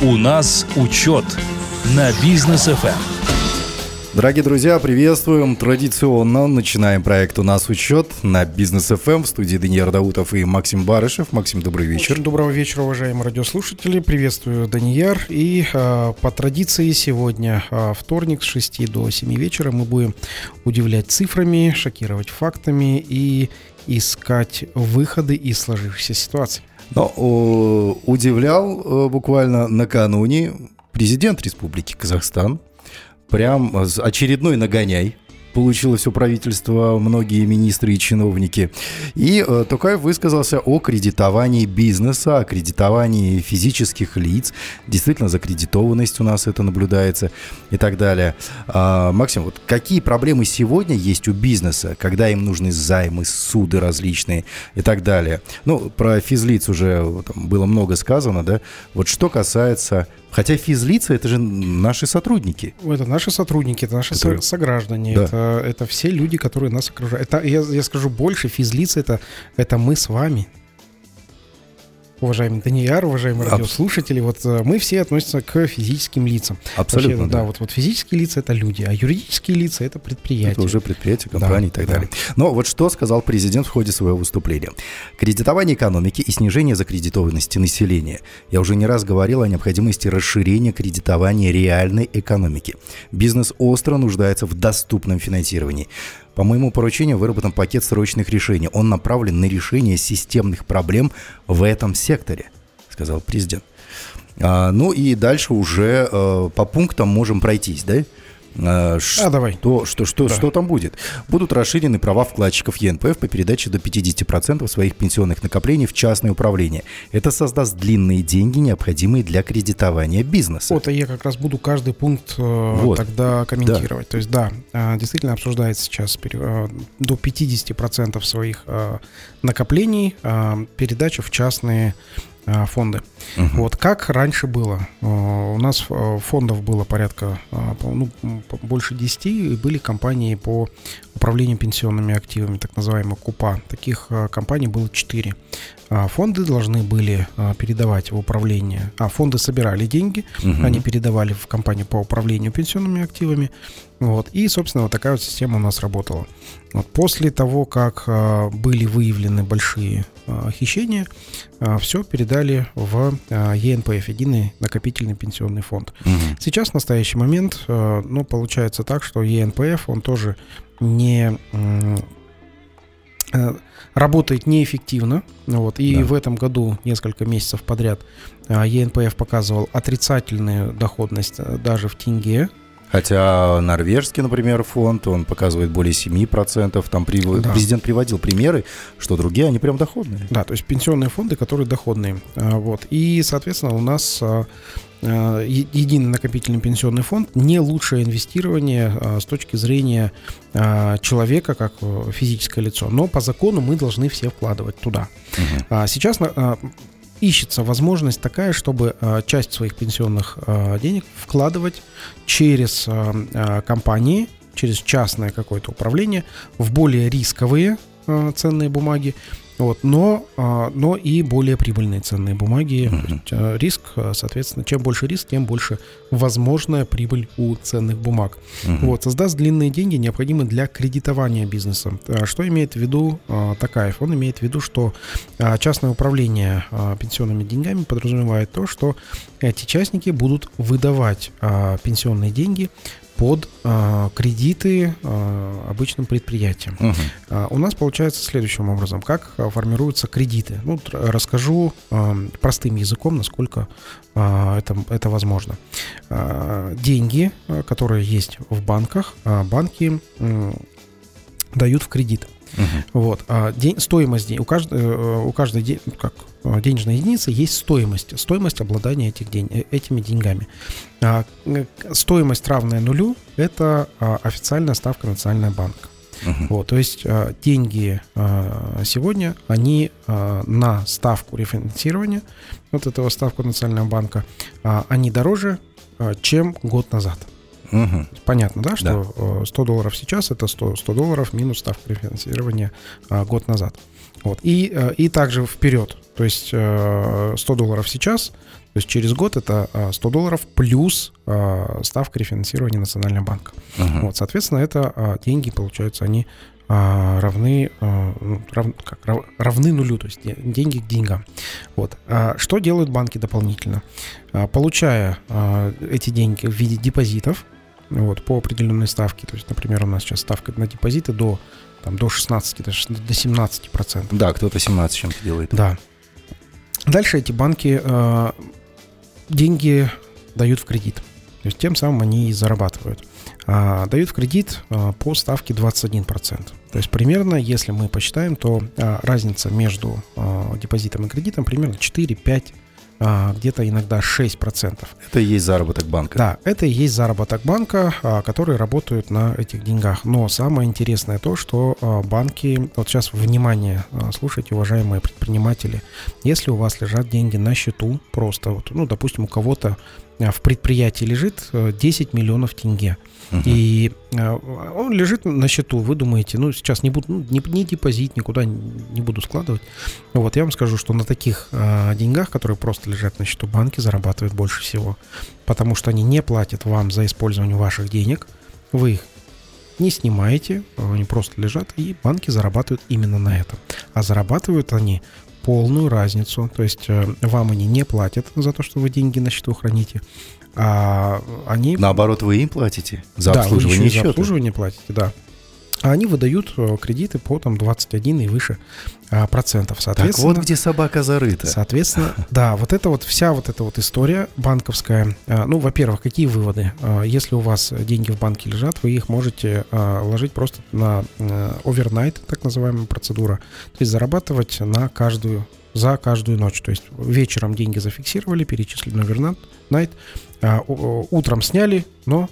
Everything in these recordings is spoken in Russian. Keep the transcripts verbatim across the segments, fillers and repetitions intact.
У нас учет на Бизнес эф эм. Дорогие друзья, приветствуем. Традиционно начинаем проект «У нас учет» на Бизнес эф эм. В студии Даниил Даутов и Максим Барышев. Максим, добрый вечер. Очень доброго вечера, уважаемые радиослушатели. Приветствую, Данияр. И э, по традиции сегодня э, вторник с шести до семи вечера мы будем удивлять цифрами, шокировать фактами и искать выходы из сложившейся ситуации. Но о, удивлял о, буквально накануне президент Республики Казахстан. Прям очередной нагоняй получило все правительство, многие министры и чиновники. И э, Токаев высказался о кредитовании бизнеса, о кредитовании физических лиц. Действительно, закредитованность у нас это наблюдается и так далее. А, Максим, вот какие проблемы сегодня есть у бизнеса, когда им нужны займы, суды различные и так далее? Ну, про физлиц уже там было много сказано, да? Вот что касается... Хотя физлица — это же наши сотрудники. Это наши сотрудники, это наши которые... сограждане, да. это, это все люди, которые нас окружают. Это, я, я скажу больше, физлица это, — это мы с вами. Уважаемый Данияр, уважаемые Аб... радиослушатели, вот мы все относимся к физическим лицам. Абсолютно, Вообще, да. да. Вот, вот физические лица — это люди, а юридические лица — это предприятия. Это уже предприятия, компании, да, и так да. далее. Но вот что сказал президент в ходе своего выступления. Кредитование экономики и снижение закредитованности населения. Я уже не раз говорил о необходимости расширения кредитования реальной экономики. Бизнес остро нуждается в доступном финансировании. По моему поручению выработан пакет срочных решений. Он направлен на решение системных проблем в этом секторе, сказал президент. А, ну и дальше уже а, по пунктам можем пройтись, да? А, а, давай. Что, что, что, да. что там будет? Будут расширены права вкладчиков Е Эн Пэ Эф по передаче до пятьдесят процентов своих пенсионных накоплений в частное управление. Это создаст длинные деньги, необходимые для кредитования бизнеса. Вот, а я как раз буду каждый пункт э, вот. тогда комментировать. Да. То есть, да, э, действительно обсуждается сейчас э, до пятьдесят процентов своих э, накоплений э, передача в частные фонды. Uh-huh. Вот как раньше было. У нас фондов было порядка, ну, больше десяти, и были компании по управлению пенсионными активами, так называемые КУПА. Таких компаний было четыре. Фонды должны были передавать в управление, а фонды собирали деньги, uh-huh. они передавали в компанию по управлению пенсионными активами. Вот. И, собственно, вот такая вот система у нас работала. Вот. После того, как а, были выявлены большие а, хищения, а, все передали в а, Е Эн Пэ Эф, единый накопительный пенсионный фонд. Угу. Сейчас, в настоящий момент, а, ну, получается так, что Е Эн Пэ Эф, он тоже не... А, работает неэффективно. Вот. И да. в этом году несколько месяцев подряд а, Е Эн Пэ Эф показывал отрицательную доходность даже в тенге. Хотя норвежский, например, фонд, он показывает более семь процентов. Там при... да. президент приводил примеры, что другие, они прям доходные. Да, то есть пенсионные фонды, которые доходные. Вот. И, соответственно, у нас единый накопительный пенсионный фонд не лучшее инвестирование с точки зрения человека, как физическое лицо. Но по закону мы должны все вкладывать туда. Угу. Сейчас... ищется возможность такая, чтобы а, часть своих пенсионных а, денег вкладывать через а, а, компании, через частное какое-то управление в более рисковые а, ценные бумаги, вот, но, а, но и более прибыльные ценные бумаги. Uh-huh. То есть, а, риск, соответственно, чем больше риск, тем больше возможная прибыль у ценных бумаг. Uh-huh. Вот, создаст длинные деньги, необходимые для кредитования бизнеса. А, что имеет в виду а, Токаев? Он имеет в виду, что а, частное управление а, пенсионными деньгами подразумевает то, что эти частники будут выдавать а, пенсионные деньги под а, кредиты а, обычным предприятиям. Uh-huh. А, у нас получается следующим образом. Как а, формируются кредиты? Ну, расскажу а, простым языком, насколько а, это, это возможно. А, деньги, а, которые есть в банках, а, банки м, дают в кредит. Uh-huh. Вот. А день, стоимость день, у каждой, у каждой день, как, денежной единицы есть стоимость, стоимость обладания этих день, этими деньгами. А, стоимость, равная нулю, это а, официальная ставка Национального банка. Uh-huh. Вот, то есть а, деньги а, сегодня, они а, на ставку рефинансирования, вот этого ставку Национального банка, а, они дороже, а, чем год назад. Угу. Понятно, да, что да. сто долларов сейчас — это сто, сто долларов минус ставка рефинансирования а, год назад. Вот. И, и также вперед. То есть сто долларов сейчас То есть через год это сто долларов плюс ставка рефинансирования Национального банка. Uh-huh. Вот, соответственно, это деньги, получаются, они равны, рав, как, равны нулю, то есть деньги к деньгам. Вот. Что делают банки дополнительно? Получая эти деньги в виде депозитов, вот, по определенной ставке, то есть, например, у нас сейчас ставка на депозиты до, там, до шестнадцати, даже до семнадцати процентов. Да, кто-то семнадцать чем-то делает. Да. Дальше эти банки э, деньги дают в кредит. То есть тем самым они и зарабатывают. А, дают в кредит а, по ставке двадцать один процент. То есть примерно, если мы посчитаем, то а, разница между а, депозитом и кредитом примерно четыре-пять, а, где-то иногда шесть процентов. Это и есть заработок банка. Да, это и есть заработок банка, а, которые работают на этих деньгах. Но самое интересное то, что а, банки, вот сейчас внимание, а, слушайте, уважаемые предприниматели, если у вас лежат деньги на счету, просто, вот, ну, допустим, у кого-то в предприятии лежит десять миллионов тенге. Uh-huh. И он лежит на счету. Вы думаете, ну, сейчас не буду, ну, ни, ни депозит, никуда не буду складывать. Вот, я вам скажу, что на таких а, деньгах, которые просто лежат на счету, банки зарабатывают больше всего. Потому что они не платят вам за использование ваших денег. Вы их не снимаете, они просто лежат, и банки зарабатывают именно на этом. А зарабатывают они полную разницу. То есть вам они не платят за то, что вы деньги на счету храните, а они... Наоборот, вы им платите за да, обслуживание вы еще счета. За обслуживание платите, да. А они выдают кредиты по там двадцать один и выше а, процентов. Соответственно, так вот где собака зарыта. Соответственно, да, вот это вот вся вот эта вот история банковская. А, ну, во-первых, какие выводы? А, если у вас деньги в банке лежат, вы их можете а, ложить просто на а, overnight, так называемая процедура. То есть зарабатывать на каждую, за каждую ночь. То есть вечером деньги зафиксировали, перечислили на overnight, а, у, утром сняли, но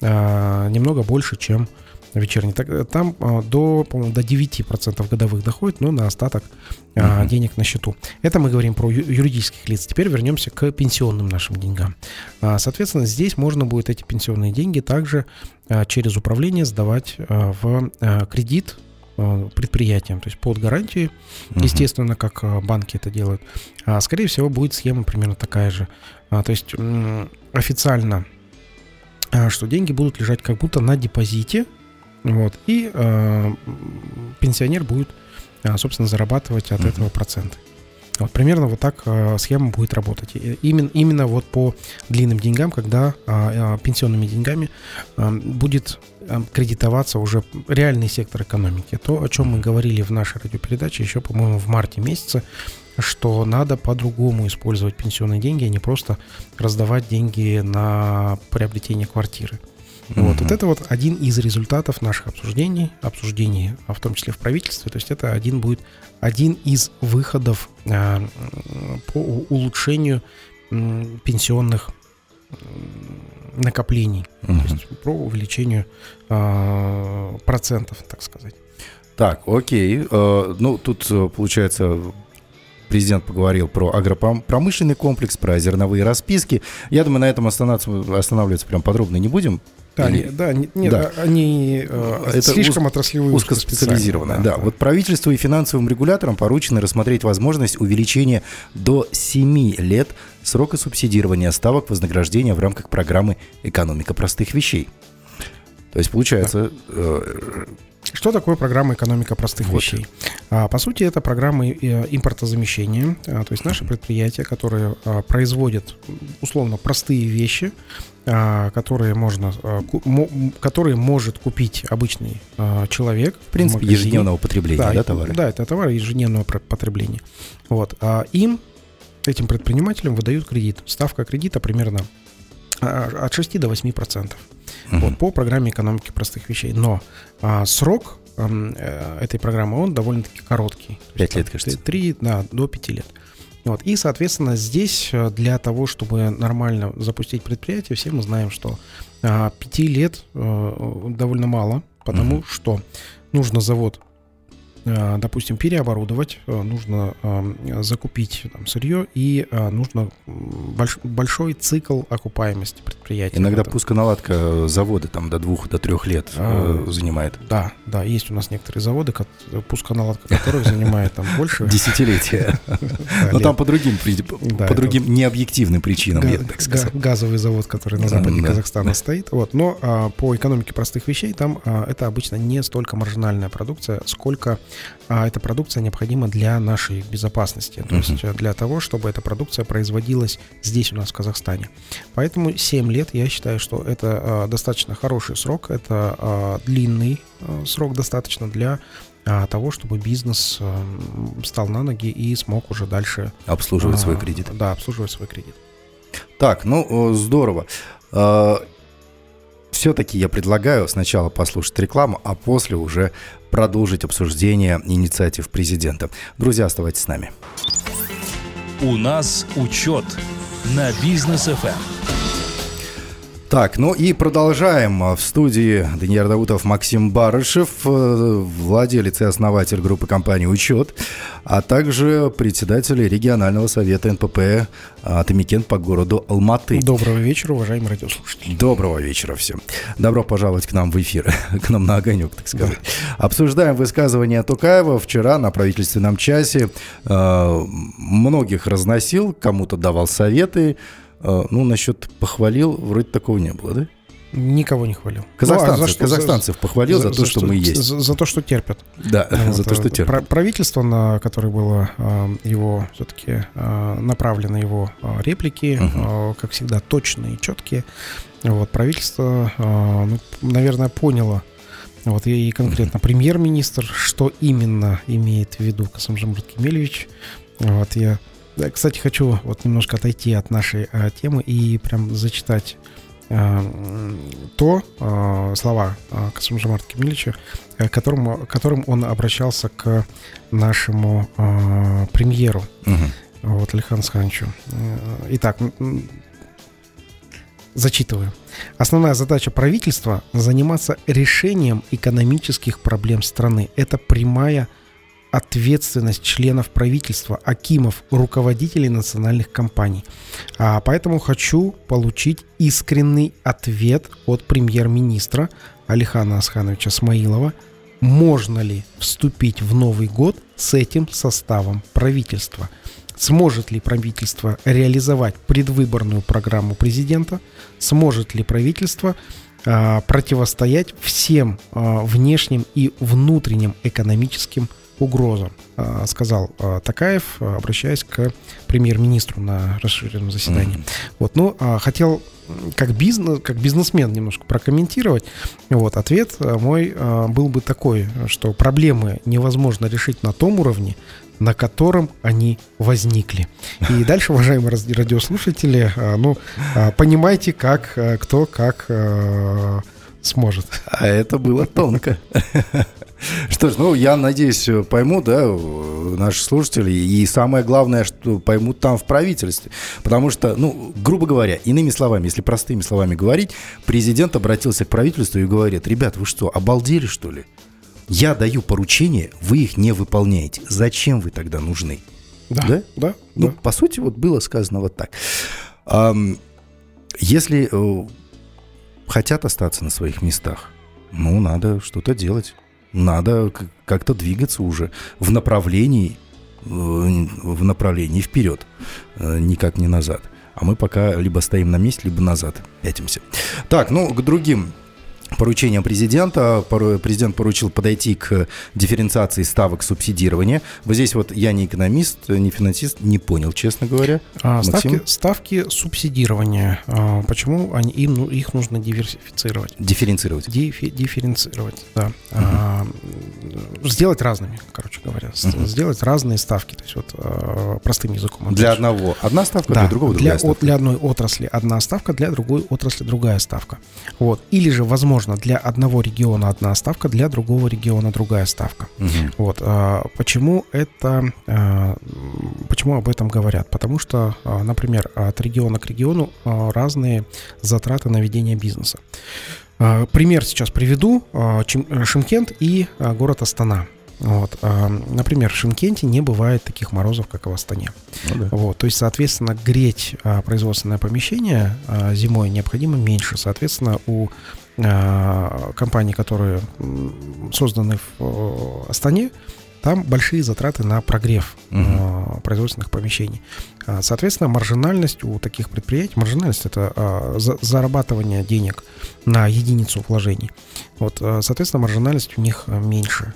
а, немного больше, чем вечерний. Там до, по-моему, до девять процентов годовых доходит, но на остаток uh-huh. денег на счету. Это мы говорим про юридических лиц. Теперь вернемся к пенсионным нашим деньгам. Соответственно, здесь можно будет эти пенсионные деньги также через управление сдавать в кредит предприятиям, то есть под гарантию, uh-huh. естественно, как банки это делают. Скорее всего, будет схема примерно такая же. То есть официально, что деньги будут лежать как будто на депозите. Вот, и э, пенсионер будет, э, собственно, зарабатывать от uh-huh. этого проценты. Вот, примерно вот так э, схема будет работать. И именно, именно вот по длинным деньгам, когда э, э, пенсионными деньгами э, будет э, кредитоваться уже реальный сектор экономики. То, о чем мы говорили в нашей радиопередаче еще, по-моему, в марте месяце, что надо по-другому использовать пенсионные деньги, а не просто раздавать деньги на приобретение квартиры. Вот, mm-hmm. вот это вот один из результатов наших обсуждений, обсуждений, в том числе в правительстве. То есть это один будет один из выходов а, по улучшению м, пенсионных накоплений, mm-hmm. то есть про увеличение а, процентов, так сказать. Так, окей. Uh, ну, тут, получается, президент поговорил про агропромышленный комплекс, про зерновые расписки. Я думаю, на этом останавливаться, останавливаться прям подробно не будем. Да, Или... да, нет, да. они э, это слишком уз... отраслевые, узкоспециализированные. Да, да. Вот правительству и финансовым регуляторам поручено рассмотреть возможность увеличения до семи лет срока субсидирования ставок вознаграждения в рамках программы «Экономика простых вещей». То есть, получается... Да. Э... Что такое программа «Экономика простых вот. вещей»? А, по сути, это программа импортозамещения. А, то есть наши предприятия, которые а, производят условно простые вещи, а, которые, можно, а, ку, мо, которые может купить обычный а, человек. В принципе, в ежедневного потребления, да, да, товары? Да, это товары ежедневного потребления. Вот. А им, этим предпринимателям, выдают кредит. Ставка кредита примерно от шести до восьми процентов. Uh-huh. Вот, по программе экономики простых вещей. Но а, срок а, этой программы, он довольно-таки короткий. Пять лет, кажется. Три, да, до пяти лет. Вот. И, соответственно, здесь для того, чтобы нормально запустить предприятие, все мы знаем, что а, пяти лет а, довольно мало, потому uh-huh. что нужно завод допустим, переоборудовать, нужно закупить там сырье, и нужно больш, большой цикл окупаемости предприятия. Иногда пусконаладка завода там до двух, до трех лет а, занимает. Да, да, есть у нас некоторые заводы, пусконаладка которых занимает там больше... Десятилетия. Но там по другим, по другим необъективным причинам, я так сказал. Газовый завод, который на западе Казахстана стоит. Но по экономике простых вещей там это обычно не столько маржинальная продукция, сколько а эта продукция необходима для нашей безопасности, то uh-huh. есть для того, чтобы эта продукция производилась здесь у нас в Казахстане. Поэтому семь лет, я считаю, что это а, достаточно хороший срок, это а, длинный а, срок достаточно для а, того, чтобы бизнес а, встал на ноги и смог уже дальше... Обслуживать а, свой кредит. Да, обслуживать свой кредит. Так, ну, здорово. Все-таки я предлагаю сначала послушать рекламу, а после уже продолжить обсуждение инициатив президента. Друзья, оставайтесь с нами. У нас учет на Бизнес эф эм. Так, ну и продолжаем. В студии Даниил Даутов, Максим Барышев, владелец и основатель группы компании «Учет», а также председатель регионального совета эн пэ пэ «Атамикент» по городу Алматы. Доброго вечера, уважаемые радиослушатели. Доброго вечера всем. Добро пожаловать к нам в эфир, к нам на огонек, так сказать. Да. Обсуждаем высказывание Токаева. Вчера на правительственном часе э, многих разносил, кому-то давал советы. Ну, насчет похвалил, вроде такого не было, да? Никого не хвалил. Казахстанцев, ну, а за что, казахстанцев за, похвалил за, за то, что, что мы есть. За, за то, что терпят. Да, вот, за то, что терпят. Правительство, на которое было его все-таки направлены его реплики, uh-huh. как всегда, точные и четкие. Вот, правительство, ну, наверное, поняло, вот, и конкретно uh-huh. премьер-министр, что именно имеет в виду Касым-Жомарт Кемелевич. Вот, я... Кстати, хочу вот немножко отойти от нашей а, темы и прям зачитать а, то а, слова а, Касым-Жомарта Кемелевича, а, которым, которым он обращался к нашему а, премьеру, угу. вот, Алихану Асхановичу. Итак, зачитываю. Основная задача правительства – заниматься решением экономических проблем страны. Это прямая ответственность членов правительства, акимов, руководителей национальных компаний. А поэтому хочу получить искренний ответ от премьер-министра Алихана Асхановича Смаилова, можно ли вступить в Новый год с этим составом правительства. Сможет ли правительство реализовать предвыборную программу президента? Сможет ли правительство а, противостоять всем а, внешним и внутренним экономическим угрозам, сказал Токаев, обращаясь к премьер-министру на расширенном заседании. Mm-hmm. Вот, ну, хотел как, бизнес, как бизнесмен немножко прокомментировать. Вот, ответ мой был бы такой, что проблемы невозможно решить на том уровне, на котором они возникли. И дальше, уважаемые радиослушатели, ну, понимайте, как, кто как сможет. А это было тонко. Что ж, ну, я надеюсь, поймут, да, наши слушатели, и самое главное, что поймут там в правительстве. Потому что, ну, грубо говоря, иными словами, если простыми словами говорить, президент обратился к правительству и говорит: ребят, вы что, обалдели, что ли? Я даю поручения, вы их не выполняете. Зачем вы тогда нужны? Да, да. да ну, да. по сути, вот было сказано вот так. Если хотят остаться на своих местах, ну, надо что-то делать. Надо как-то двигаться уже в направлении, в направлении вперед, никак не назад. А мы пока либо стоим на месте, либо назад пятимся. Так, ну, к другим поручением президента. Президент поручил подойти к дифференциации ставок субсидирования. Вот здесь вот я не экономист, не финансист, не понял, честно говоря. А, ставки, ставки субсидирования. А, почему они, им, ну, их нужно диверсифицировать? Дифференцировать. Дифи, дифференцировать, да. Угу. А, сделать разными, короче говоря. Угу. Сделать разные ставки. То есть вот а, простым языком. Для одного одна ставка, да, для другого другая для, ставка. Для одной отрасли одна ставка, для другой отрасли другая ставка. Вот. Или же, возможно, для одного региона одна ставка, для другого региона другая ставка. Угу. Вот. А, почему это, а, почему об этом говорят? Потому что, а, например, от региона к региону а, разные затраты на ведение бизнеса. А, пример сейчас приведу. А, Чим, Шымкент и а, город Астана. Вот. Например, в Шымкенте не бывает таких морозов, как и в Астане. Ну, да. Вот. То есть, соответственно, греть производственное помещение зимой необходимо меньше. Соответственно, у компаний, которые созданы в Астане, там большие затраты на прогрев uh-huh. производственных помещений. Соответственно, маржинальность у таких предприятий, маржинальность — это зарабатывание денег на единицу вложений. Вот, соответственно, маржинальность у них меньше.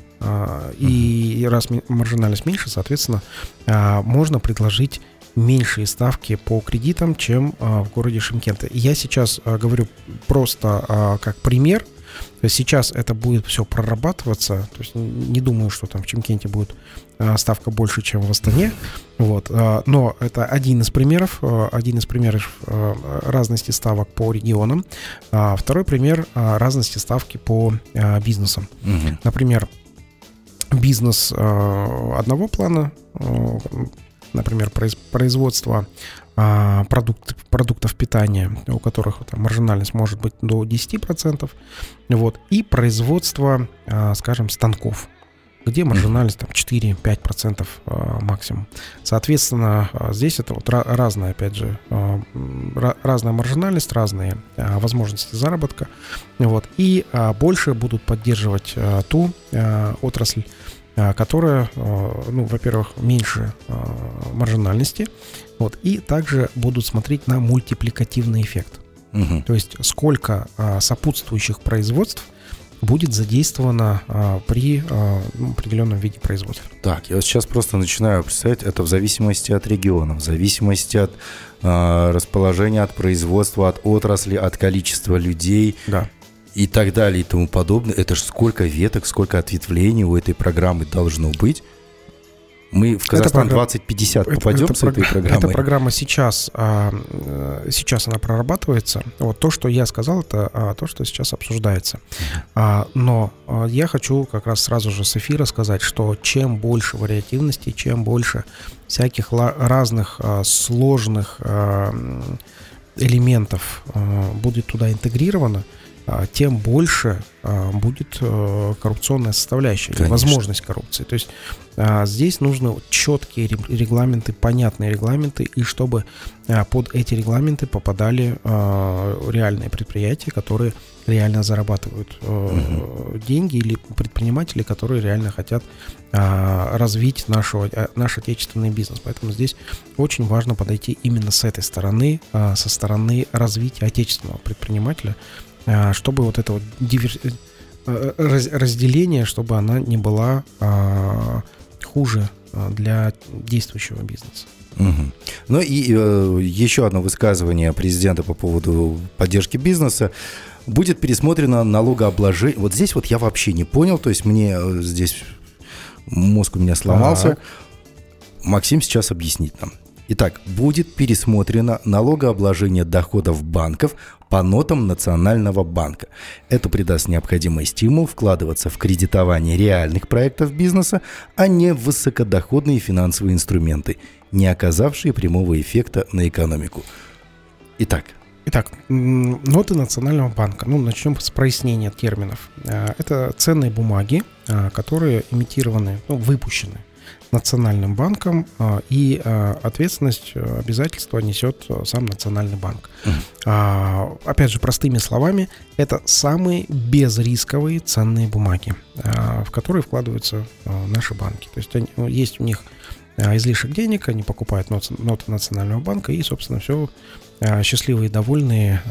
И uh-huh. раз маржинальность меньше, соответственно, можно предложить меньшие ставки по кредитам, чем в городе Шымкенте. Я сейчас говорю просто как пример. Сейчас это будет все прорабатываться. То есть не думаю, что там в Шымкенте будет ставка больше, чем в Астане. Вот. Но это один из примеров, один из примеров разности ставок по регионам. Второй пример разности ставки по бизнесам. Угу. Например, бизнес одного плана, например, производство Продукт, продуктов питания, у которых там маржинальность может быть до десять процентов, вот, и производство, скажем, станков, где маржинальность там четыре-пять процентов максимум. Соответственно, здесь это вот разная, опять же, разная маржинальность, разные возможности заработка, вот, и больше будут поддерживать ту отрасль, которая, ну, во-первых, меньше маржинальности, вот, и также будут смотреть на мультипликативный эффект. Угу. То есть сколько сопутствующих производств будет задействовано при ну, определенном виде производства. Так, я вот сейчас просто начинаю представлять, это в зависимости от региона, в зависимости от э, расположения, от производства, от отрасли, от количества людей. Да. И так далее, и тому подобное. Это же сколько веток, сколько ответвлений у этой программы должно быть. Мы в Казахстан двадцать пятьдесят попадем это, это, с этой программой? Эта программа сейчас, сейчас она прорабатывается. Вот то, что я сказал, это то, что сейчас обсуждается. Uh-huh. Но я хочу как раз сразу же с эфира сказать, что чем больше вариативности, чем больше всяких разных сложных элементов будет туда интегрировано, тем больше будет коррупционная составляющая, возможность коррупции. То есть здесь нужны четкие регламенты, понятные регламенты, и чтобы под эти регламенты попадали реальные предприятия, которые реально зарабатывают uh-huh. деньги, или предприниматели, которые реально хотят развить нашего, наш отечественный бизнес. Поэтому здесь очень важно подойти именно с этой стороны, со стороны развития отечественного предпринимателя, чтобы вот это вот дивер... разделение, чтобы она не была а, хуже для действующего бизнеса. Угу. Ну и э, еще одно высказывание президента по поводу поддержки бизнеса. Будет пересмотрено налогообложение. Вот здесь вот я вообще не понял, то есть мне здесь мозг у меня сломался. Так. Максим сейчас объяснит нам. Итак, будет пересмотрено налогообложение доходов банков по нотам Национального банка. Это придаст необходимый стимул вкладываться в кредитование реальных проектов бизнеса, а не в высокодоходные финансовые инструменты, не оказавшие прямого эффекта на экономику. Итак. Итак, ноты Национального банка. Ну, начнем с прояснения терминов. Это ценные бумаги, которые имитированы, ну, выпущены Национальным банком, и ответственность, обязательства несет сам Национальный банк. Mm. Опять же, простыми словами, это самые безрисковые ценные бумаги, в которые вкладываются наши банки. То есть есть у них излишек денег, они покупают ноты, ноты Национального банка, и, собственно, все счастливые и довольные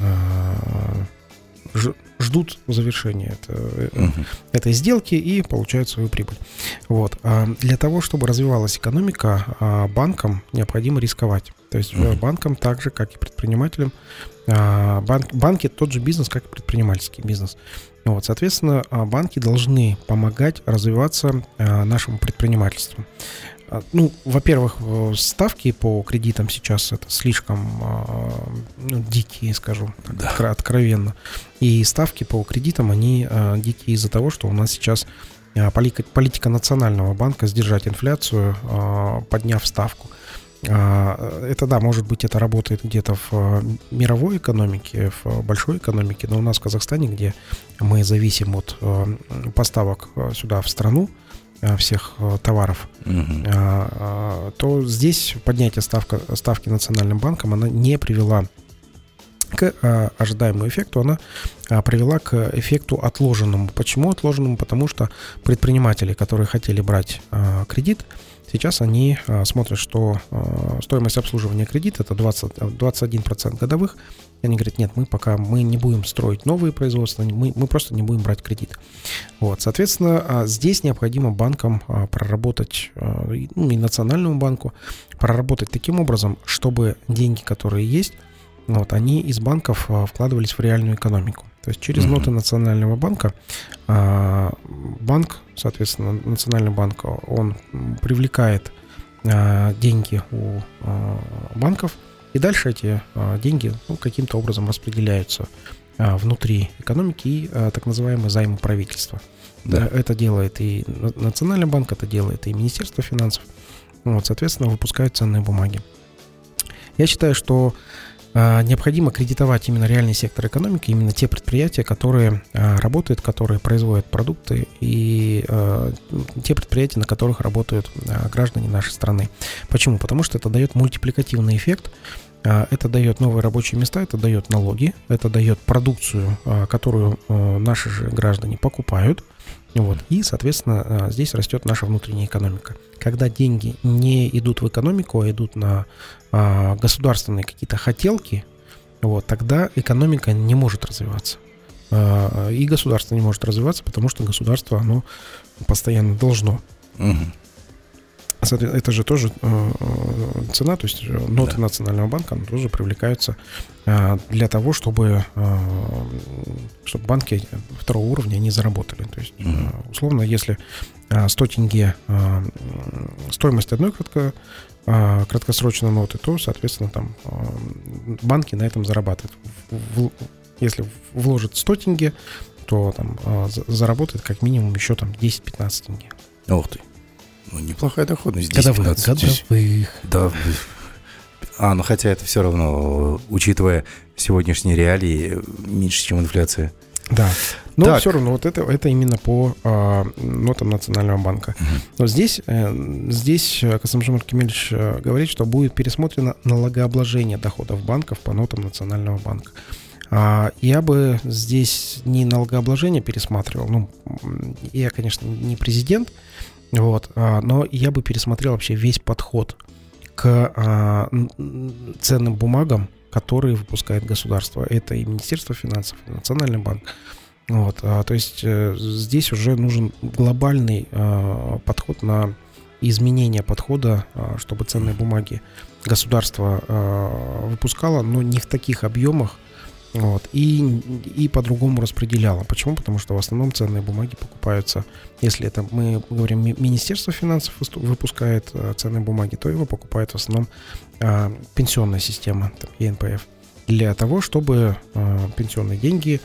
ждут завершения это, uh-huh. этой сделки и получают свою прибыль. Вот. А для того, чтобы развивалась экономика, банкам необходимо рисковать. То есть uh-huh. банкам так же, как и предпринимателям, банк, банки тот же бизнес, как и предпринимательский бизнес. Вот. Соответственно, банки должны помогать развиваться нашему предпринимательству. Ну, во-первых, ставки по кредитам сейчас это слишком ну, дикие, скажу так, да. откровенно. И ставки по кредитам, они дикие из-за того, что у нас сейчас политика, политика Национального банка сдержать инфляцию, подняв ставку. Это, да, может быть, это работает где-то в мировой экономике, в большой экономике, но у нас в Казахстане, где мы зависим от поставок сюда в страну всех товаров, угу. то здесь поднятие ставка, ставки Национальным банком, она не привела к ожидаемому эффекту, она привела к эффекту отложенному. Почему отложенному? Потому что предприниматели, которые хотели брать кредит, сейчас они смотрят, что стоимость обслуживания кредита это двадцать, двадцать один процент годовых. И они говорят, нет, мы пока мы не будем строить новые производства, мы, мы просто не будем брать кредит. Вот, соответственно, здесь необходимо банкам проработать, ну, и Национальному банку, проработать таким образом, чтобы деньги, которые есть, вот, они из банков вкладывались в реальную экономику. То есть через mm-hmm. ноты Национального банка банк, соответственно, Национальный банк, он привлекает деньги у банков, и дальше эти деньги, ну, каким-то образом распределяются внутри экономики и так называемые займы правительства. Да. Это делает и Национальный банк, это делает и Министерство финансов. Вот, соответственно, выпускают ценные бумаги. Я считаю, что необходимо кредитовать именно реальный сектор экономики, именно те предприятия, которые а, работают, которые производят продукты, и а, те предприятия, на которых работают а, граждане нашей страны. Почему? Потому что это дает мультипликативный эффект, а, это дает новые рабочие места, это дает налоги, это дает продукцию, а, которую а, наши же граждане покупают. Вот. И, соответственно, здесь растет наша внутренняя экономика. Когда деньги не идут в экономику, а идут на а, государственные какие-то хотелки, вот, тогда экономика не может развиваться. А, и государство не может развиваться, потому что государство, оно постоянно должно. Угу. Это же тоже э, цена, то есть ноты да. Национального банка тоже привлекаются э, для того, чтобы, э, чтобы банки второго уровня не заработали. То есть, э, условно, если э, сто тенге э, стоимость одной кратко, э, краткосрочной ноты, то, соответственно, там э, банки на этом зарабатывают. В, в, если вложат сто тенге, то там э, заработает как минимум еще там десять-пятнадцать тенге. Ух ты. Ну, неплохая доходность. Годовых. Годовых. Да. А, ну хотя это все равно, учитывая сегодняшние реалии, меньше, чем инфляция. Да. Но так. все равно вот это, это именно по а, нотам Национального банка. Угу. Но здесь, э, здесь Касым-Жомарт Кемелевич говорит, что будет пересмотрено налогообложение доходов банков по нотам Национального банка. А, я бы здесь не налогообложение пересматривал. Ну, я, конечно, не президент, вот, а, но я бы пересмотрел вообще весь подход к а, ценным бумагам, которые выпускает государство. Это и Министерство финансов, и Национальный банк. Вот, а, то есть а, здесь уже нужен глобальный а, подход на изменение подхода, а, чтобы ценные бумаги государство а, выпускало, но не в таких объемах, вот, и, и по-другому распределяло. Почему? Потому что в основном ценные бумаги покупаются, если это мы говорим, Министерство финансов выпускает а, ценные бумаги, то его покупает в основном а, пенсионная система, там, Е Эн Пэ Эф, для того, чтобы а, пенсионные деньги,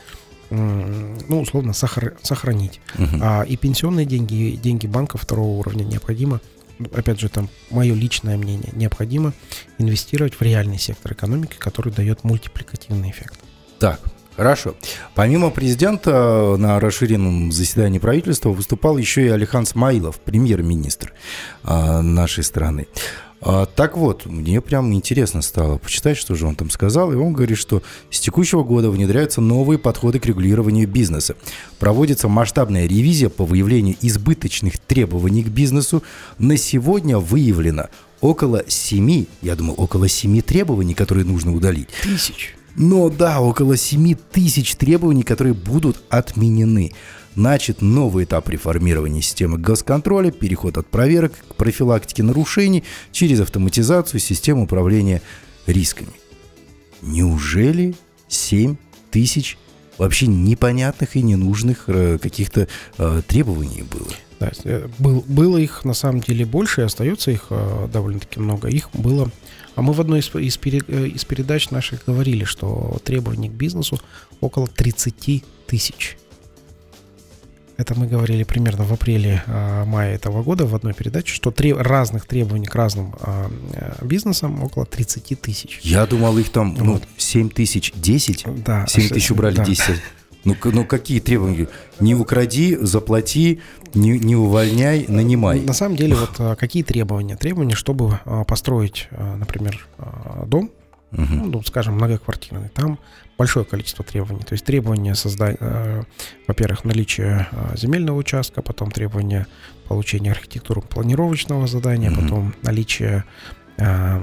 м, ну, условно, сохр- сохранить. Uh-huh. А, и пенсионные деньги, и деньги банка второго уровня необходимо, опять же, там, мое личное мнение, необходимо инвестировать в реальный сектор экономики, который дает мультипликативный эффект. Так, хорошо. Помимо президента на расширенном заседании правительства выступал еще и Алихан Смаилов, премьер-министр а, нашей страны. А, так вот, мне прям интересно стало почитать, что же он там сказал. И он говорит, что с текущего года внедряются новые подходы к регулированию бизнеса. Проводится масштабная ревизия по выявлению избыточных требований к бизнесу. На сегодня выявлено около семи, я думал, около семи требований, которые нужно удалить. Тысяч. Но да, около семи тысяч требований, которые будут отменены. Начат новый этап реформирования системы госконтроля, переход от проверок к профилактике нарушений через автоматизацию систем управления рисками. Неужели семь тысяч вообще непонятных и ненужных каких-то э, требований было? Да, был, было их на самом деле больше, и остается их э, довольно-таки много. Их было... А мы в одной из, из, из передач наших говорили, что требований к бизнесу около тридцать тысяч. Это мы говорили примерно в апреле-мае этого года в одной передаче, что треб... разных требований к разным а, бизнесам около тридцать тысяч. Я думал, их там ну, семь тысяч, десять? Да. семь тысяч убрали, да. десять. Ну, ну какие требования? Не укради, заплати, не, не увольняй, нанимай. На самом деле, вот какие требования? Требования, чтобы построить, например, дом, угу. ну, скажем, многоквартирный, там большое количество требований. То есть требования создать, э, во-первых, наличие э, земельного участка, потом требования получения архитектурно-планировочного задания, mm-hmm. потом наличие э,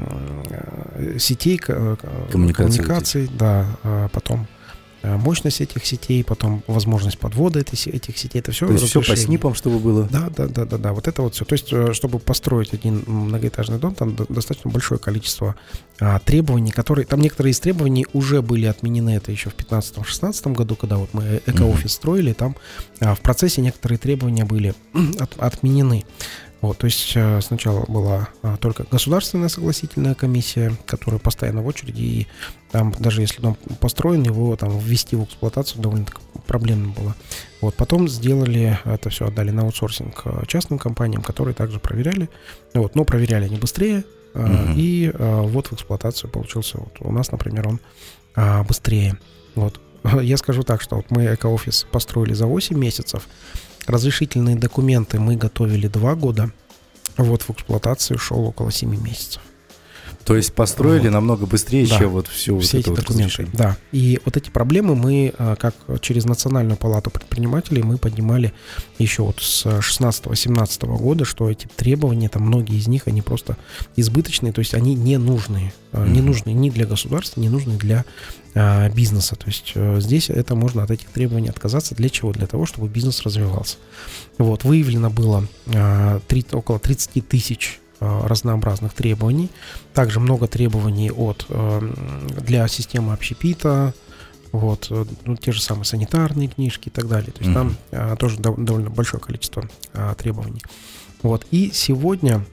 э, сетей, э, коммуникаций, коммуникаций да, э, потом э, мощность этих сетей, потом возможность подвода этих, этих сетей. Это все. То есть все по снипам, чтобы было? Да, да, да, да, да. Вот это вот все. То есть, чтобы построить один многоэтажный дом, там достаточно большое количество а, требований, которые... Там некоторые из требований уже были отменены. Это еще в пятнадцатом-шестнадцатом году, когда вот мы эко-офис mm-hmm. строили, там а, в процессе некоторые требования были от, отменены. Вот, то есть сначала была а, только государственная согласительная комиссия, которая постоянно в очереди, и там даже если дом построен, его там ввести в эксплуатацию довольно проблемно было. Вот, потом сделали, это все отдали на аутсорсинг частным компаниям, которые также проверяли, вот, но проверяли они быстрее, а, mm-hmm. и а, вот в эксплуатацию получился, вот, у нас, например, он а, быстрее. Вот. Я скажу так, что вот мы эко-офис построили за восемь месяцев, разрешительные документы мы готовили два года, вот в эксплуатацию шел около семи месяцев. То есть построили вот. намного быстрее, да. чем вот все, все вот эти это документы. Вот да. И вот эти проблемы мы, как через Национальную палату предпринимателей, мы поднимали еще вот с шестнадцатого-семнадцатого года, что эти требования, там многие из них, они просто избыточные, то есть они не нужны, mm-hmm. не нужны ни для государства, не нужны для а, бизнеса. То есть а, здесь это можно от этих требований отказаться. Для чего? Для того, чтобы бизнес развивался. Вот, выявлено было а, три, около тридцать тысяч разнообразных требований. Также много требований от, для системы общепита, вот, ну, те же самые санитарные книжки и так далее. То есть mm-hmm. там тоже довольно большое количество требований. Вот. И сегодня,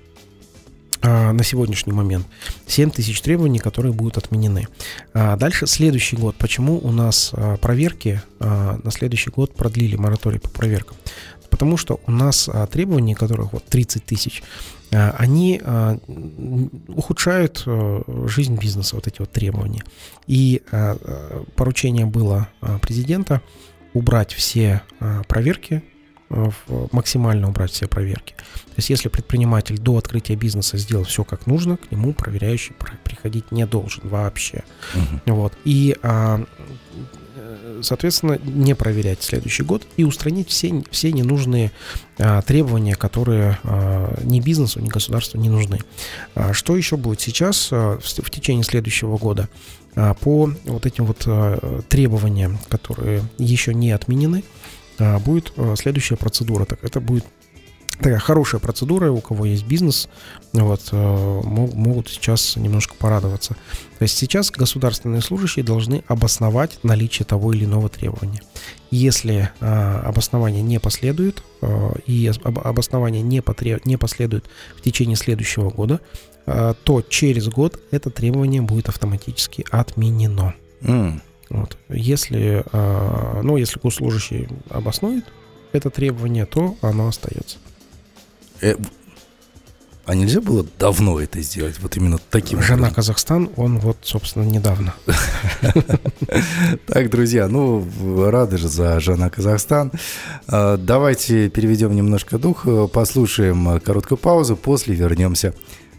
на сегодняшний момент, семь тысяч требований, которые будут отменены. Дальше следующий год. Почему у нас проверки на следующий год продлили мораторий по проверкам? Потому что у нас требования, которых вот тридцать тысяч, они ухудшают жизнь бизнеса, вот эти вот требования. И поручение было президента убрать все проверки, максимально убрать все проверки. То есть если предприниматель до открытия бизнеса сделал все как нужно, к нему проверяющий приходить не должен вообще. Uh-huh. Вот. И соответственно, не проверять следующий год и устранить все, все ненужные а, требования, которые а, ни бизнесу, ни государству не нужны. А, что еще будет сейчас, а, в, в течение следующего года? А, по вот этим вот а, требованиям, которые еще не отменены, а, будет а, следующая процедура. Так, это будет такая хорошая процедура, у кого есть бизнес, вот, могут сейчас немножко порадоваться. То есть сейчас государственные служащие должны обосновать наличие того или иного требования. Если а, обоснование не последует, а, и об, обоснование не, потреб, не последует в течение следующего года, а, то через год это требование будет автоматически отменено. Mm. Вот. Если, а, ну, если госслужащий обоснует это требование, то оно остается. А нельзя было давно это сделать? Вот именно таким Жана образом? Казахстан, он вот, собственно, недавно. Так, друзья, ну, рады же за Жана Казахстан. Давайте переведем немножко дух, послушаем короткую паузу, после вернемся.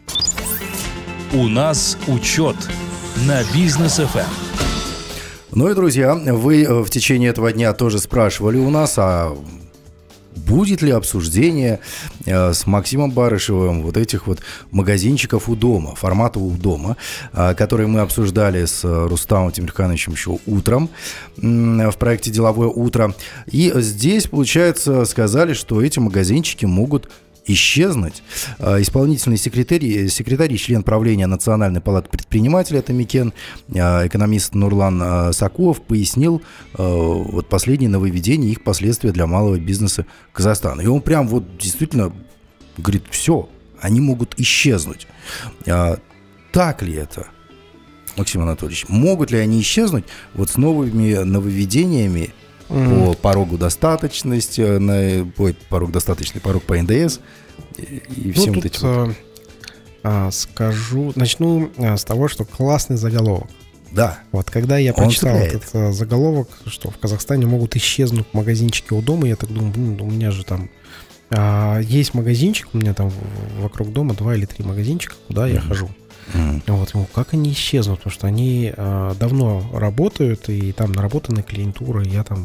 У нас учет на Бизнес эф эм. Ну и, друзья, вы в течение этого дня тоже спрашивали у нас, а будет ли обсуждение э, с Максимом Барышевым вот этих вот магазинчиков у дома, формата у дома, э, которые мы обсуждали с Рустамом Тимирхановичем еще утром э, в проекте «Деловое утро». И здесь, получается, сказали, что эти магазинчики могут исчезнуть. Исполнительный секретарь, секретарь и член правления Национальной палаты предпринимателей, это МИКЕН, экономист Нурлан Сакуов, пояснил вот последние нововведения и их последствия для малого бизнеса Казахстана. И он прям вот действительно говорит, все, они могут исчезнуть. Так ли это, Максим Анатольевич? Могут ли они исчезнуть вот с новыми нововведениями mm. по порогу достаточности, на, ой, порог достаточный, порог по эн дэ эс и, и всем ну, вот тут, этим. Вот. А, скажу, начну а, с того, что классный заголовок. Да. Вот когда я Он прочитал цепляет. этот а, заголовок, что в Казахстане могут исчезнуть магазинчики у дома, я так думаю, ну, у меня же там а, есть магазинчик, у меня там в, вокруг дома два или три магазинчика, куда mm-hmm. я хожу. Mm-hmm. Вот, ну, как они исчезнут, потому что они а, давно работают, и там наработанная клиентура, я там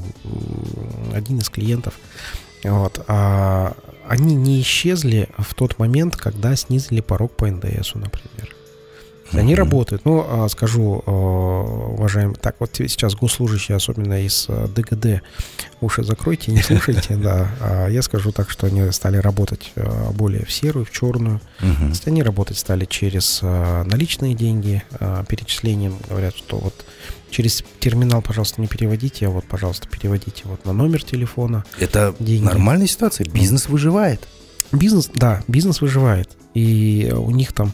один из клиентов. Вот, а они не исчезли в тот момент, когда снизили порог по эн дэ эсу, например. Они mm-hmm. работают. Ну, скажу, уважаемые, так вот сейчас госслужащие, особенно из дэ гэ дэ, уши закройте, не слушайте, да. Я скажу так, что они стали работать более в серую, в черную. Mm-hmm. Они работать стали через наличные деньги, перечислением. Говорят, что вот через терминал, пожалуйста, не переводите, а вот, пожалуйста, переводите вот на номер телефона. Это деньги. Нормальная ситуация. Бизнес выживает. Бизнес, да, бизнес выживает. И у них там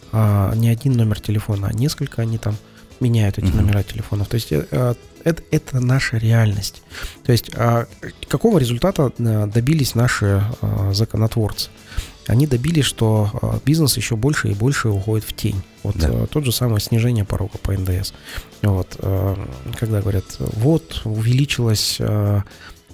а, не один номер телефона, а несколько они там меняют эти uh-huh. номера телефонов. То есть а, это, это наша реальность. То есть а, какого результата добились наши а, законотворцы? Они добились, что а, бизнес еще больше и больше уходит в тень. Вот да. а, тот же самое снижение порога по эн дэ эс. Вот, а, когда говорят, вот увеличилось... А,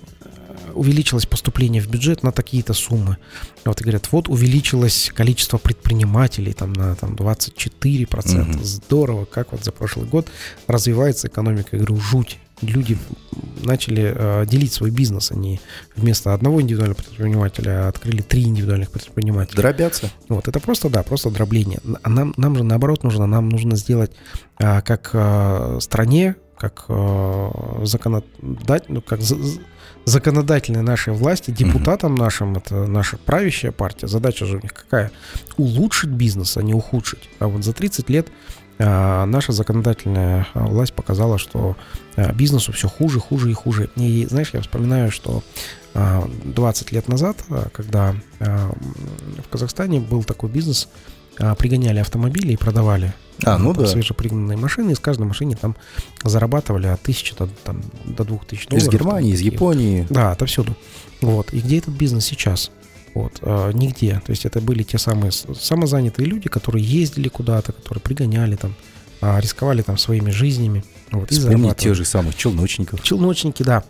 увеличилось поступление в бюджет на такие-то суммы. Вот и говорят, вот увеличилось количество предпринимателей там, на там, двадцать четыре процента. Mm-hmm. Здорово, как вот за прошлый год развивается экономика. Я говорю, жуть. Люди начали э, делить свой бизнес. Они вместо одного индивидуального предпринимателя открыли три индивидуальных предпринимателя. Дробятся. Вот, это просто, да, просто дробление. А нам, нам же наоборот нужно, нам нужно сделать э, как э, стране, как э, законодатель, ну, как законодательной нашей власти, депутатам uh-huh. нашим, это наша правящая партия, задача же у них какая? Улучшить бизнес, а не ухудшить. А вот за тридцать лет а, наша законодательная власть показала, что а, бизнесу все хуже, хуже и хуже. И знаешь, я вспоминаю, что а, двадцать лет назад, а, когда а, в Казахстане был такой бизнес, а, пригоняли автомобили и продавали. А, ну да. Свежепригнанные машины, и с каждой машины там зарабатывали от тысячи до, там, до двух тысяч долларов. Из Германии, из Японии. Да, отовсюду. Вот. И где этот бизнес сейчас? Вот. А, нигде. То есть это были те самые самозанятые люди, которые ездили куда-то, которые пригоняли там, а, рисковали там своими жизнями. Вот, вспомнить тех же самых челночников. Челночники, да.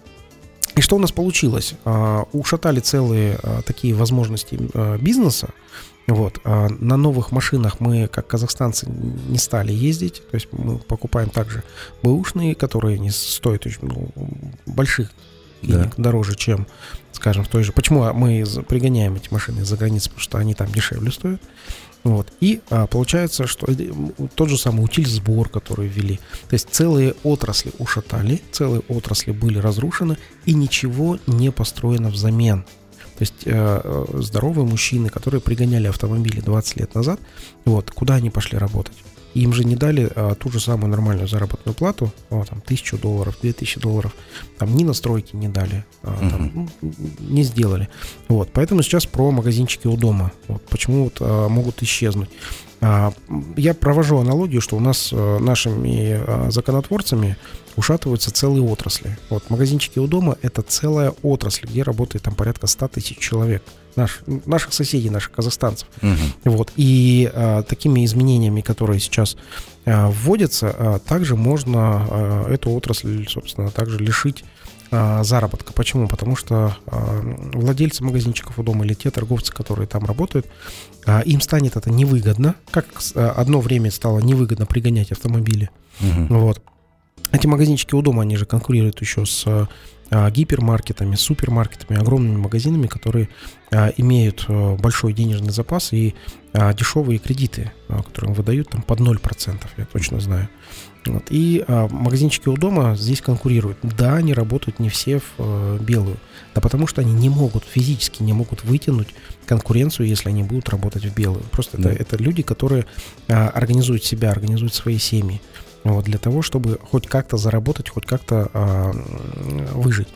И что у нас получилось? А, ушатали целые а, такие возможности а, бизнеса. Вот. А на новых машинах мы, как казахстанцы, не стали ездить. То есть мы покупаем также бэушные, которые не стоят очень, ну, больших денег, да. дороже, чем, скажем, в той же... Почему мы пригоняем эти машины из-за границы? Потому что они там дешевле стоят. Вот. И а, получается, что тот же самый утильсбор, который ввели. То есть целые отрасли ушатали, целые отрасли были разрушены, и ничего не построено взамен. То есть э, здоровые мужчины, которые пригоняли автомобили двадцать лет назад, вот, куда они пошли работать? Им же не дали э, ту же самую нормальную заработную плату, о, там, тысячу долларов, две тысячи долларов, там ни настройки не дали, э, mm-hmm. там, ну, не сделали. Вот, поэтому сейчас про магазинчики у дома. Вот, почему вот, э, могут исчезнуть. А, я провожу аналогию, что у нас э, нашими э, законотворцами ушатываются целые отрасли. Вот, магазинчики у дома — это целая отрасль, где работает там порядка ста тысяч человек. Наш, наших соседей, наших казахстанцев. Uh-huh. Вот, и а, такими изменениями, которые сейчас а, вводятся, а, также можно а, эту отрасль, собственно, также лишить а, заработка. Почему? Потому что а, владельцы магазинчиков у дома или те торговцы, которые там работают, а, им станет это невыгодно, как а, одно время стало невыгодно пригонять автомобили. Uh-huh. Вот. Эти магазинчики у дома, они же конкурируют еще с а, гипермаркетами, супермаркетами, огромными магазинами, которые а, имеют а, большой денежный запас и а, дешевые кредиты, а, которые выдают там под ноль процентов, я точно знаю. Вот. И а, магазинчики у дома здесь конкурируют. Да, они работают не все в а, белую, да потому что они не могут, физически не могут вытянуть конкуренцию, если они будут работать в белую. Просто да. это, это люди, которые а, организуют себя, организуют свои семьи. Вот, для того, чтобы хоть как-то заработать, хоть как-то а, выжить.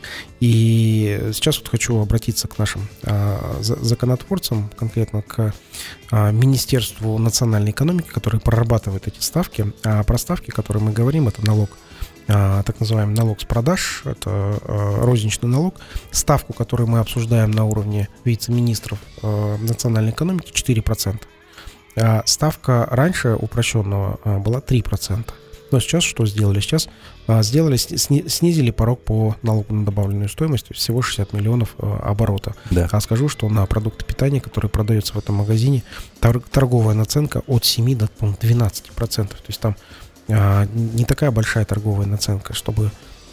И сейчас вот хочу обратиться к нашим а, законотворцам, конкретно к а, Министерству национальной экономики, которые прорабатывают эти ставки. А про ставки, о которых мы говорим, это налог так называемый налог с продаж, это розничный налог. Ставку, которую мы обсуждаем на уровне вице-министров национальной экономики, четыре процента. Ставка раньше упрощенного была три процента. Но сейчас что сделали? Сейчас сделали, снизили порог по налогу на добавленную стоимость, всего шестьдесят миллионов оборота. Да. А скажу, что на продукты питания, которые продаются в этом магазине, торговая наценка от семи до двенадцати процентов. То есть там не такая большая торговая наценка, чтобы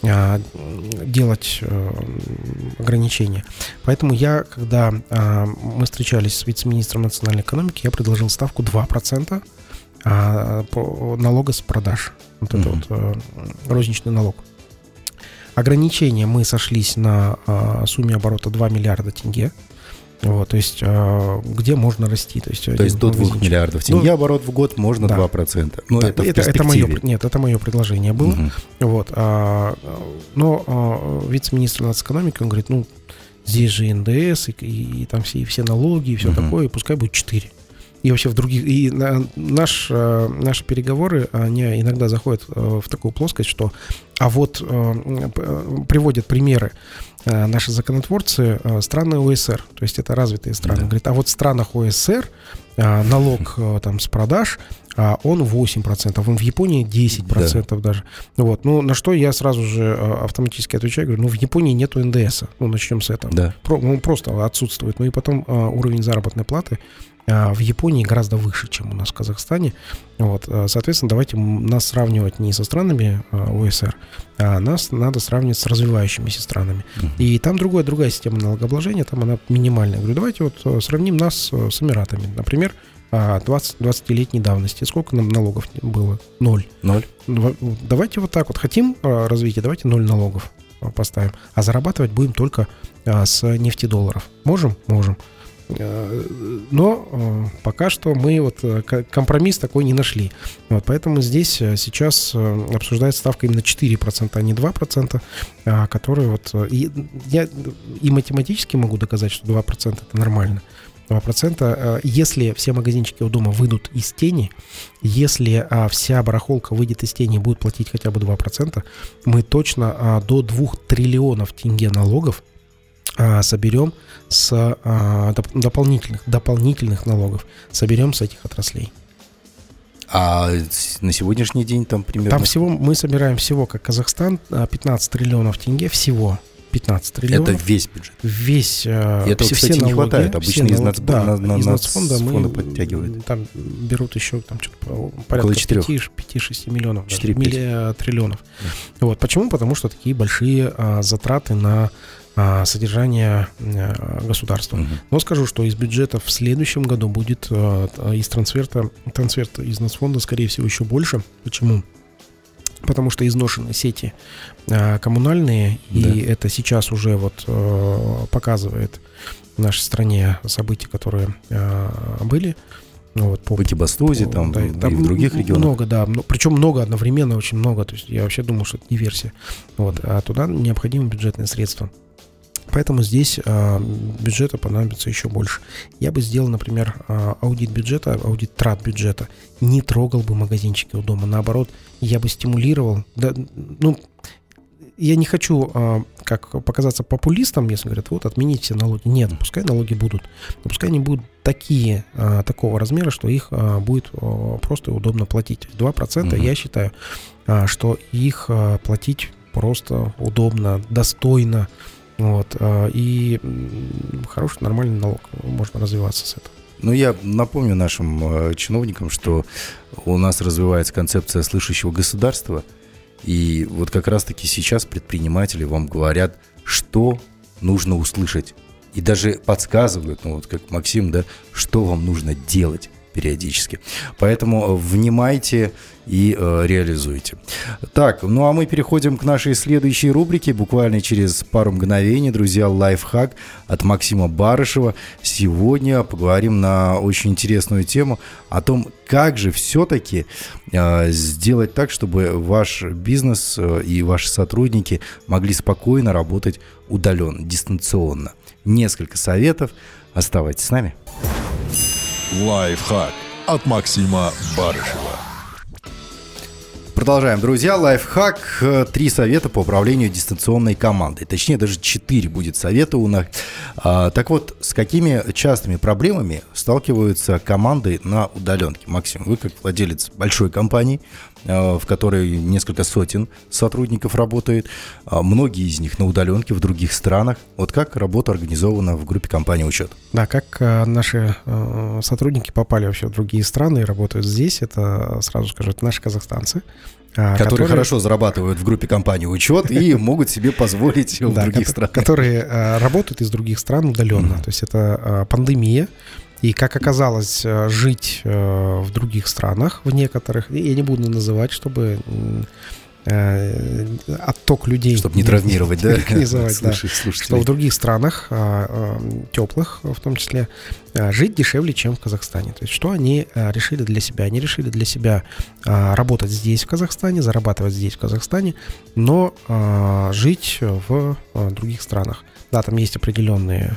делать ограничения. Поэтому я, когда мы встречались с вице-министром национальной экономики, я предложил ставку два процента налога с продаж. Вот mm-hmm. это вот розничный налог. Ограничения мы сошлись на сумме оборота два миллиарда тенге. Вот, то есть, где можно расти. То есть, то есть до двух миллиардов тенге ну, оборот в год можно да. два процента. Но да, это, это, это мое, нет, это мое предложение было. Угу. Вот, а, но а, вице-министр нацэкономики, он говорит, ну, здесь же эн дэ эс, и, и, и там все, и все налоги, и все угу. такое, и пускай будет четыре. И вообще в других... И наш, наши переговоры, они иногда заходят в такую плоскость, что... А вот приводят примеры наши законотворцы страны о э эс эр, то есть это развитые страны. Да. Говорит, а вот в странах о э эс эр налог там с продаж, он восемь процентов, он в Японии десять процентов да. даже. Вот. Ну, на что я сразу же автоматически отвечаю, говорю, ну, в Японии нету эн дэ эса, ну, начнем с этого. Да. Про, он просто отсутствует. Ну, и потом уровень заработной платы в Японии гораздо выше, чем у нас в Казахстане. Вот. Соответственно, давайте нас сравнивать не со странами о э эс эр, а нас надо сравнивать с развивающимися странами. Uh-huh. И там другая, другая система налогообложения, там она минимальная. Я говорю, давайте вот сравним нас с Эмиратами. Например, двадцатилетней давности. Сколько нам налогов было? Ноль. Ноль. Давайте вот так вот. Хотим развития, давайте ноль налогов поставим. А зарабатывать будем только с нефтедолларов. Можем? Можем. Но пока что мы вот компромисс такой не нашли. Вот, поэтому здесь сейчас обсуждается ставка именно четыре процента, а не два процента, которые вот... И я и математически могу доказать, что два процента это нормально. два процента, если все магазинчики у дома выйдут из тени, если вся барахолка выйдет из тени и будет платить хотя бы два процента, мы точно до двух триллионов тенге налогов соберем с а, дополнительных, дополнительных налогов, соберем с этих отраслей. А на сегодняшний день там примерно... Там всего, мы собираем всего, как Казахстан, пятнадцать триллионов тенге, всего пятнадцать триллионов. Это весь бюджет? Весь. Это, все, кстати, все налоги, не хватает, обычно из нацфонда да, на, из нацфонда мы подтягивают. Там берут еще там, что-то порядка пяти-шести миллионов, даже, триллионов. Да. Вот. Почему? Потому что такие большие а, затраты на содержание государства. Угу. Но скажу, что из бюджета в следующем году будет из трансферта, трансферт из нацфонда, скорее всего, еще больше. Почему? Потому что изношены сети коммунальные, да. И это сейчас уже вот показывает в нашей стране события, которые были. Вот, по, в Экибастузе, по, там, да, там и в других регионах. Много, да. Причем много одновременно, очень много. То есть я вообще думал, что это не версия. Вот, а туда необходимы бюджетные средства. Поэтому здесь а, бюджета понадобится еще больше. Я бы сделал, например, а, аудит бюджета, аудит трат бюджета. Не трогал бы магазинчики у дома. Наоборот, я бы стимулировал. Да, ну, я не хочу а, как показаться популистом, если говорят, вот, отменить все налоги. Нет, пускай налоги будут. Но пускай они будут такие, а, такого размера, что их а, будет а, просто удобно платить. два процента, mm-hmm. я считаю, а, что их а, платить просто удобно, достойно. Вот, и хороший, нормальный налог, можно развиваться с этого. Ну, я напомню нашим чиновникам, что у нас развивается концепция слышащего государства, и вот как раз-таки сейчас предприниматели вам говорят, что нужно услышать, и даже подсказывают, ну вот как Максим, да, что вам нужно делать периодически. Поэтому внимайте и э, реализуйте. Так, ну а мы переходим к нашей следующей рубрике. Буквально через пару мгновений, друзья, лайфхак от Максима Барышева. Сегодня поговорим на очень интересную тему о том, как же все-таки э, сделать так, чтобы ваш бизнес э, и ваши сотрудники могли спокойно работать удаленно, дистанционно. Несколько советов. Оставайтесь с нами. Лайфхак от Максима Барышева. Продолжаем, друзья. Лайфхак. Три совета по управлению дистанционной командой. Точнее, даже четыре будет совета у нас. А, так вот, с какими частыми проблемами сталкиваются команды на удаленке? Максим, вы как владелец большой компании, в которой несколько сотен сотрудников работает, многие из них на удаленке в других странах. Вот как работа организована в группе компании «Учет»? Да, как наши сотрудники попали вообще в другие страны и работают здесь, это, сразу скажу, это наши казахстанцы. Которые, которые хорошо зарабатывают в группе компании «Учет» и могут себе позволить в да, других странах. Которые работают из других стран удаленно. То есть это пандемия. И, как оказалось, жить в других странах, в некоторых, я не буду называть, чтобы отток людей... Чтобы не травмировать, да? Организовать, да. Что в других странах, теплых в том числе, жить дешевле, чем в Казахстане. То есть что они решили для себя? Они решили для себя работать здесь, в Казахстане, зарабатывать здесь, в Казахстане, но жить в других странах. Да, там есть определенные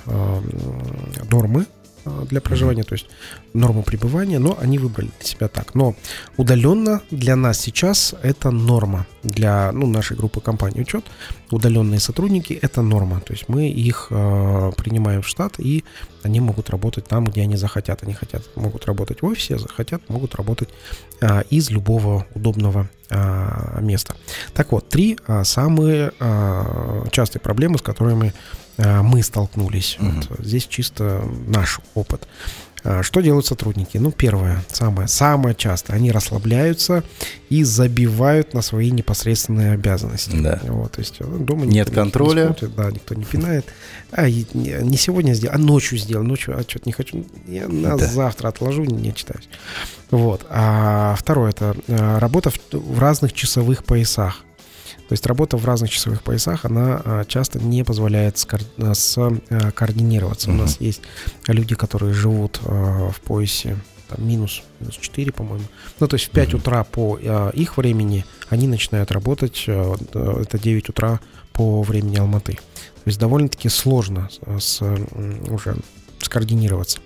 нормы для проживания, то есть норму пребывания, но они выбрали для себя так. Но удаленно для нас сейчас это норма. Для ну, нашей группы компаний «Учет» удаленные сотрудники — это норма. То есть мы их э, принимаем в штат, и они могут работать там, где они захотят. Они хотят, могут работать в офисе, захотят, могут работать э, из любого удобного э, места. Так вот, три э, самые э, частые проблемы, с которыми мы столкнулись. Uh-huh. Вот здесь чисто наш опыт. Что делают сотрудники? Ну, первое, самое, самое часто, они расслабляются и забивают на свои непосредственные обязанности. Да. Вот, то есть дома нет контроля. Не смотрит, да, никто не пинает. А, не сегодня сделал, а ночью сделал. Ночью, а что-то не хочу. Я на да. завтра отложу, не читаюсь. Вот. А второе, это работа в, в разных часовых поясах. То есть работа в разных часовых поясах, она часто не позволяет скоординироваться. Uh-huh. У нас есть люди, которые живут в поясе там, минус, минус четыре, по-моему. Ну, то есть в пять uh-huh. утра по их времени они начинают работать, это девять утра по времени Алматы. То есть довольно-таки сложно с, уже скоординироваться.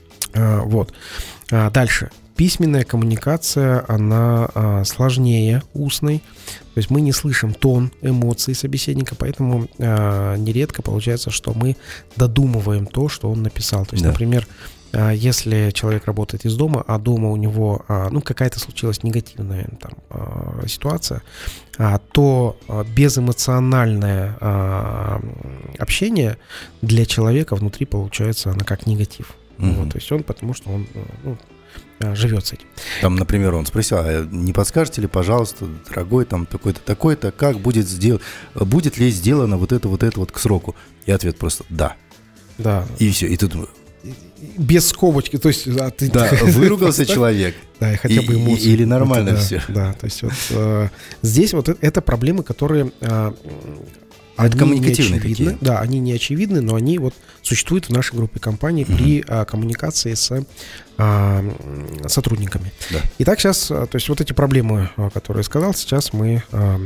Вот. Дальше. Письменная коммуникация, она а, сложнее устной. То есть мы не слышим тон, эмоций собеседника, поэтому а, нередко получается, что мы додумываем то, что он написал. То есть, да. например, а, если человек работает из дома, а дома у него а, ну, какая-то случилась негативная там, а, ситуация, а, то а, безэмоциональное а, общение для человека внутри получается она как негатив. Mm-hmm. Вот, то есть он, потому что он... Ну, живет с этим. Там, например, он спросил, а не подскажете ли, пожалуйста, дорогой, там такой-то, такой-то, как будет сделано, будет ли сделано вот это, вот это вот к сроку? И ответ просто «да». Да. И все, и ты думаешь... Без скобочки, то есть... А ты, да, выругался человек. Да, и хотя бы эмоции. Или нормально это, все. Да, то есть вот э, здесь вот это, это проблемы, которые... Э, А это коммуникативные такие. Да, они не очевидны, но они вот существуют в нашей группе компаний uh-huh. при а, коммуникации с а, сотрудниками. Да. Итак, сейчас, то есть вот эти проблемы, которые я сказал, сейчас мы, а,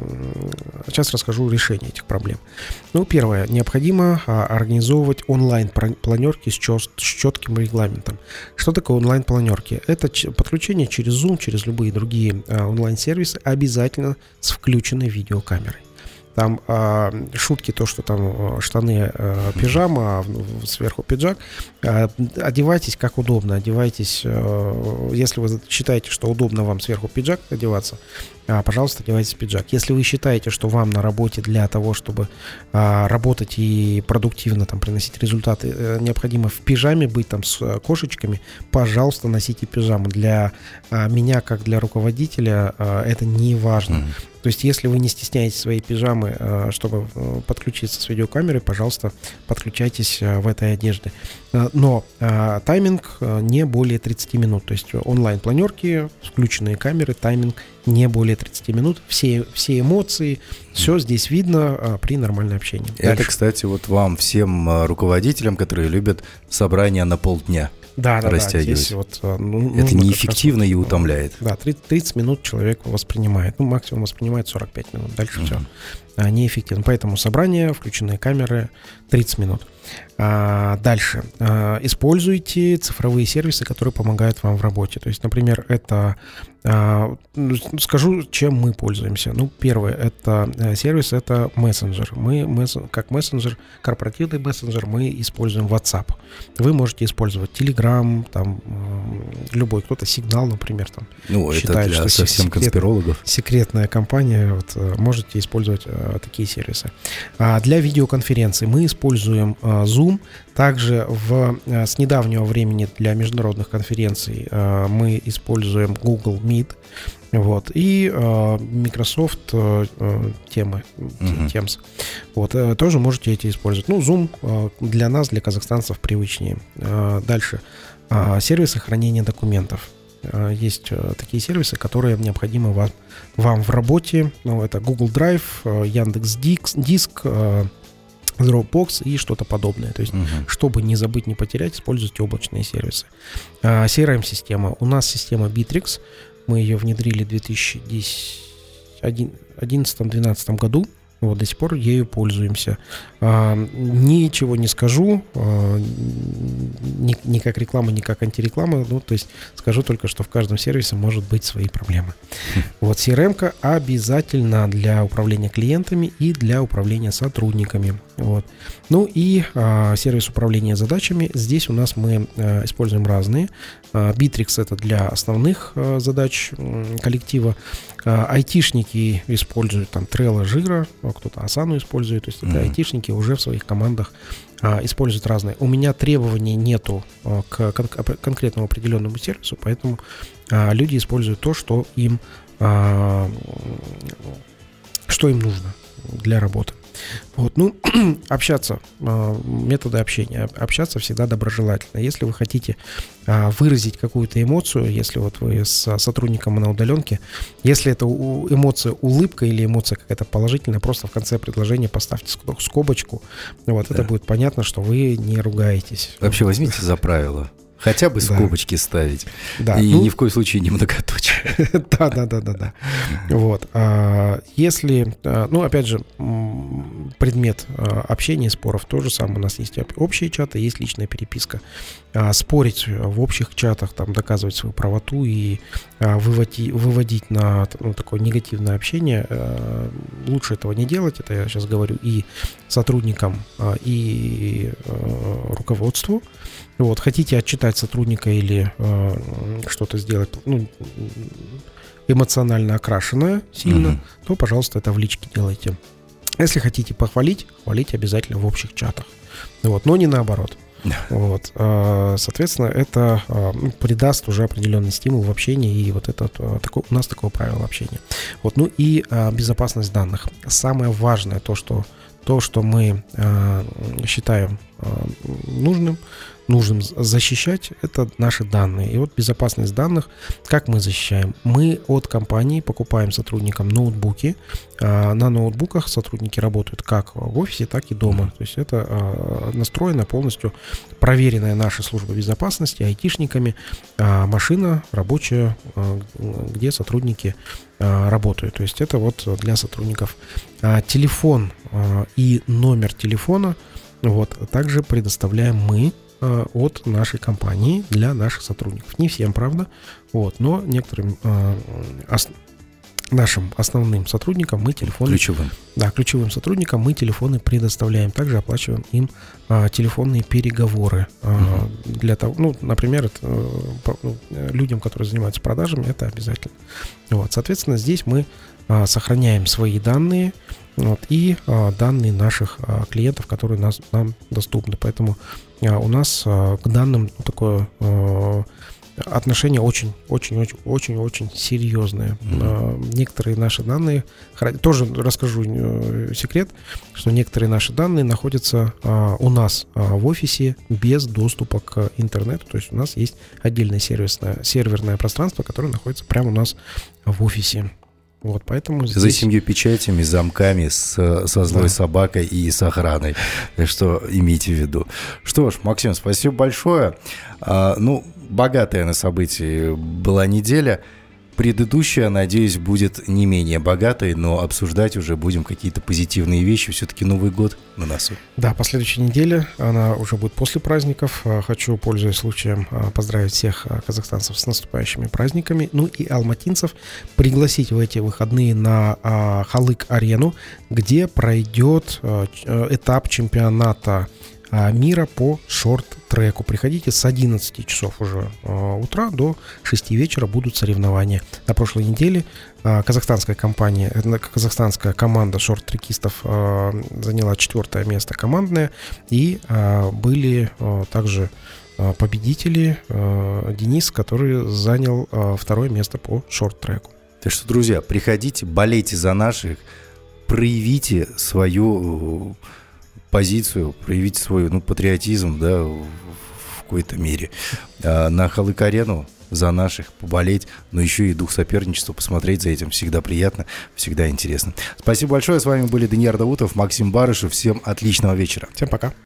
сейчас расскажу решение этих проблем. Ну, первое, необходимо а, организовывать онлайн-планерки с, чет, с четким регламентом. Что такое онлайн-планерки? Это ч- подключение через Zoom, через любые другие а, онлайн-сервисы, обязательно с включенной видеокамерой. Там а, шутки, то, что там штаны, а, пижама, а сверху пиджак. А, одевайтесь как удобно, одевайтесь, а, если вы считаете, что удобно вам сверху пиджак одеваться, а, пожалуйста, одевайтесь пиджак. Если вы считаете, что вам на работе для того, чтобы а, работать и продуктивно там, приносить результаты, а, необходимо в пижаме быть там с кошечками, пожалуйста, носите пижаму. Для а, меня, как для руководителя, а, это не важно. Mm-hmm. То есть, если вы не стесняетесь своей пижамы, чтобы подключиться с видеокамерой, пожалуйста, подключайтесь в этой одежде. Но тайминг не более тридцать минут. То есть, онлайн-планерки, включенные камеры, тайминг не более тридцать минут. Все, все эмоции, все здесь видно при нормальном общении. Это, дальше. Кстати, вот вам, всем руководителям, которые любят собрания на полдня. Да, да, да. Здесь вот, ну, это неэффективно и утомляет. Да, тридцать минут человек воспринимает. Ну, максимум воспринимает сорок пять минут. Дальше mm-hmm. все а, неэффективно. Поэтому собрание, включенные камеры, тридцать минут. А, дальше. А, используйте цифровые сервисы, которые помогают вам в работе. То есть, например, это Скажу, чем мы пользуемся. Ну, первое, это сервис, это мессенджер. Мы, как мессенджер, корпоративный мессенджер, мы используем WhatsApp. Вы можете использовать Telegram, там, любой, кто-то Signal, например, там. Ну, считает, это для что совсем секрет, конспирологов. Секретная компания, вот, можете использовать а, такие сервисы. А для видеоконференций мы используем а, Zoom. Также в, а, с недавнего времени для международных конференций а, мы используем Google Meet. Вот, и э, Microsoft э, темы, uh-huh. Teams. Вот, э, тоже можете эти использовать. Ну, Zoom э, для нас, для казахстанцев, привычнее. Э, дальше. Э, сервисы хранения документов. Э, есть э, такие сервисы, которые необходимы вам, вам в работе. Ну, это Google Drive, э, Яндекс.Диск, э, Dropbox и что-то подобное. То есть, uh-huh. чтобы не забыть, не потерять, используйте облачные сервисы. Э, си ар эм-система. У нас система Bittrex. Мы ее внедрили в две тысячи одиннадцатом-двенадцатом году. Вот, до сих пор ею пользуемся. А, ничего не скажу, а, ни, ни как реклама, ни как антиреклама. Ну, то есть скажу только, что в каждом сервисе может быть свои проблемы. Вот си ар эм-ка обязательно для управления клиентами и для управления сотрудниками. Вот. Ну и а, сервис управления задачами. Здесь у нас мы а, используем разные. А, Bittrex — это для основных а, задач м, коллектива. А, айтишники используют там Trello, Jira, кто-то Asana использует. То есть это mm-hmm. айтишники уже в своих командах а, используют разные. У меня требований нету а, к кон- конкретному определенному сервису, поэтому а, люди используют то, что им, а, что им нужно для работы. Вот, ну, общаться, методы общения, общаться всегда доброжелательно. Если вы хотите выразить какую-то эмоцию, если вот вы с сотрудником на удаленке, если это эмоция улыбка или эмоция какая-то положительная, просто в конце предложения поставьте скобочку, вот, да. Это будет понятно, что вы не ругаетесь. Вообще возьмите за правило. Хотя бы скобочки да. ставить. Да, и ну, ни в коем случае не многоточие. Да, да, да, да, да. Вот. Если, ну, опять же, предмет общения, споров, то же самое. У нас есть общие чаты, есть личная переписка. Спорить в общих чатах, там, доказывать свою правоту и выводить, выводить на ну, такое негативное общение, лучше этого не делать. Это я сейчас говорю и сотрудникам, и руководству. Вот, хотите отчитать сотрудника или э, что-то сделать ну, эмоционально окрашенное сильно, uh-huh. то, пожалуйста, это в личке делайте. Если хотите похвалить, хвалите обязательно в общих чатах. Вот, но не наоборот. Вот, э, соответственно, это э, придаст уже определенный стимул в общении, и вот это э, такое, у нас такое правило общения. Вот, ну и э, безопасность данных. Самое важное то, что то, что мы э, считаем э, нужным, нужным защищать, это наши данные. И вот безопасность данных, как мы защищаем? Мы от компании покупаем сотрудникам ноутбуки. А на ноутбуках сотрудники работают как в офисе, так и дома. То есть это а, настроена полностью проверенная наша служба безопасности айтишниками а, машина рабочая, а, где сотрудники а, работают. То есть это вот для сотрудников. А, телефон а, и номер телефона вот, также предоставляем мы от нашей компании для наших сотрудников. Не всем, правда, вот, но некоторым э, ос, нашим основным сотрудникам мы телефоны... Ключевым. Да, ключевым сотрудникам мы телефоны предоставляем. Также оплачиваем им э, телефонные переговоры. Э, uh-huh. Для того, ну, например, это, э, людям, которые занимаются продажами, это обязательно. Вот, соответственно, здесь мы э, сохраняем свои данные, вот, и а, данные наших а, клиентов, которые нас, нам доступны. Поэтому а, у нас а, к данным такое а, отношение очень-очень-очень-очень серьезное. Mm-hmm. А, некоторые наши данные, тоже расскажу э, секрет, что некоторые наши данные находятся а, у нас а, в офисе без доступа к интернету. То есть у нас есть отдельное сервисное, серверное пространство, которое находится прямо у нас в офисе. Вот, поэтому здесь... За семью печатями, замками, с, со злой да. собакой и с охраной. Так что имейте в виду. Что ж, Максим, спасибо большое. А, ну, богатая на события была неделя. предыдущая, надеюсь, будет не менее богатой, но обсуждать уже будем какие-то позитивные вещи. Все-таки Новый год на носу. Да, последующая неделя, она уже будет после праздников. Хочу, пользуясь случаем, поздравить всех казахстанцев с наступающими праздниками. Ну и алматинцев пригласить в эти выходные на Халык-арену, где пройдет этап чемпионата мира по шорт-треку. Приходите с одиннадцати часов уже э, утра до шести вечера будут соревнования. На прошлой неделе э, казахстанская компания, э, казахстанская команда шорт-трекистов э, заняла четвертое место командное, и э, были э, также э, победители э, Денис, который занял э, второе место по шорт-треку. Так что, друзья, приходите, болейте за наших, проявите свою позицию, проявите свой ну, патриотизм, да, в, в какой-то мере. А на Халык-арену за наших поболеть, но еще и дух соперничества, посмотреть за этим всегда приятно, всегда интересно. Спасибо большое. С вами были Даниил Даутов, Максим Барышев. Всем отличного вечера. Всем пока.